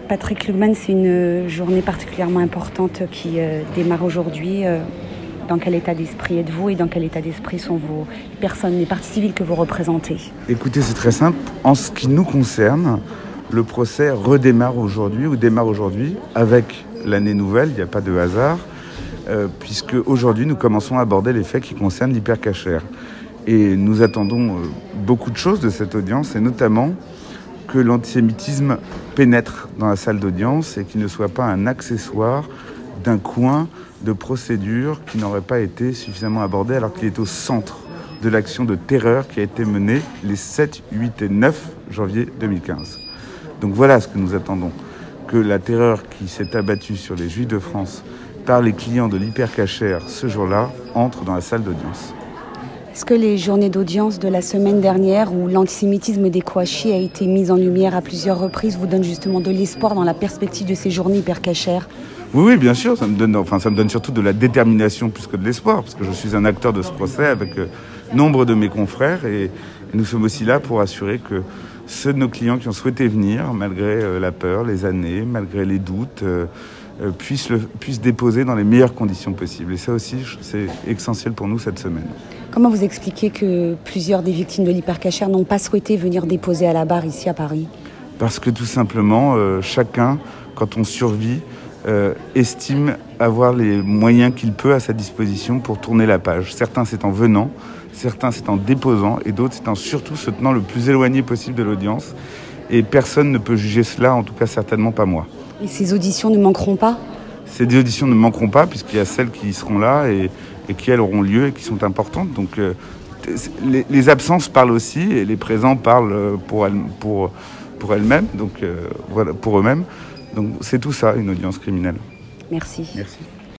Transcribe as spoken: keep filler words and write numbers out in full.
Patrick Lugman, c'est une journée particulièrement importante qui euh, démarre aujourd'hui. Euh, dans quel état d'esprit êtes-vous et dans quel état d'esprit sont vos personnes, les parties civiles que vous représentez? Écoutez, c'est très simple. En ce qui nous concerne, le procès redémarre aujourd'hui ou démarre aujourd'hui avec l'année nouvelle, il n'y a pas de hasard, euh, puisque aujourd'hui nous commençons à aborder les faits qui concernent l'hypercachère. Et nous attendons euh, beaucoup de choses de cette audience, et notamment que l'antisémitisme pénètre dans la salle d'audience et qu'il ne soit pas un accessoire d'un coin de procédure qui n'aurait pas été suffisamment abordé alors qu'il est au centre de l'action de terreur qui a été menée les sept, huit et neuf janvier deux mille quinze. Donc voilà ce que nous attendons, que la terreur qui s'est abattue sur les Juifs de France par les clients de l'hypercachère ce jour-là entre dans la salle d'audience. Est-ce que les journées d'audience de la semaine dernière où l'antisémitisme des Kouachi a été mis en lumière à plusieurs reprises vous donnent justement de l'espoir dans la perspective de ces journées hypercachères? Oui, oui, bien sûr, ça me donne, enfin, ça me donne surtout de la détermination plus que de l'espoir, parce que je suis un acteur de ce procès avec euh, nombre de mes confrères et, et nous sommes aussi là pour assurer que ceux de nos clients qui ont souhaité venir, malgré euh, la peur, les années, malgré les doutes, euh, euh, puissent, le, puissent déposer dans les meilleures conditions possibles. Et ça aussi, c'est essentiel pour nous cette semaine. Comment vous expliquez que plusieurs des victimes de l'hypercachère n'ont pas souhaité venir déposer à la barre ici à Paris? Parce que tout simplement, euh, chacun, quand on survit, euh, estime avoir les moyens qu'il peut à sa disposition pour tourner la page. Certains, c'est en venant, certains, c'est en déposant, et d'autres, c'est en surtout se tenant le plus éloigné possible de l'audience. Et personne ne peut juger cela, en tout cas certainement pas moi. Et ces auditions ne manqueront pas? Ces auditions ne manqueront pas, puisqu'il y a celles qui seront là et, et qui, elles, auront lieu et qui sont importantes. Donc, euh, les, les absences parlent aussi, et les présents parlent pour, elles, pour, pour elles-mêmes, donc euh, voilà, pour eux-mêmes. Donc, c'est tout ça, une audience criminelle. Merci. Merci.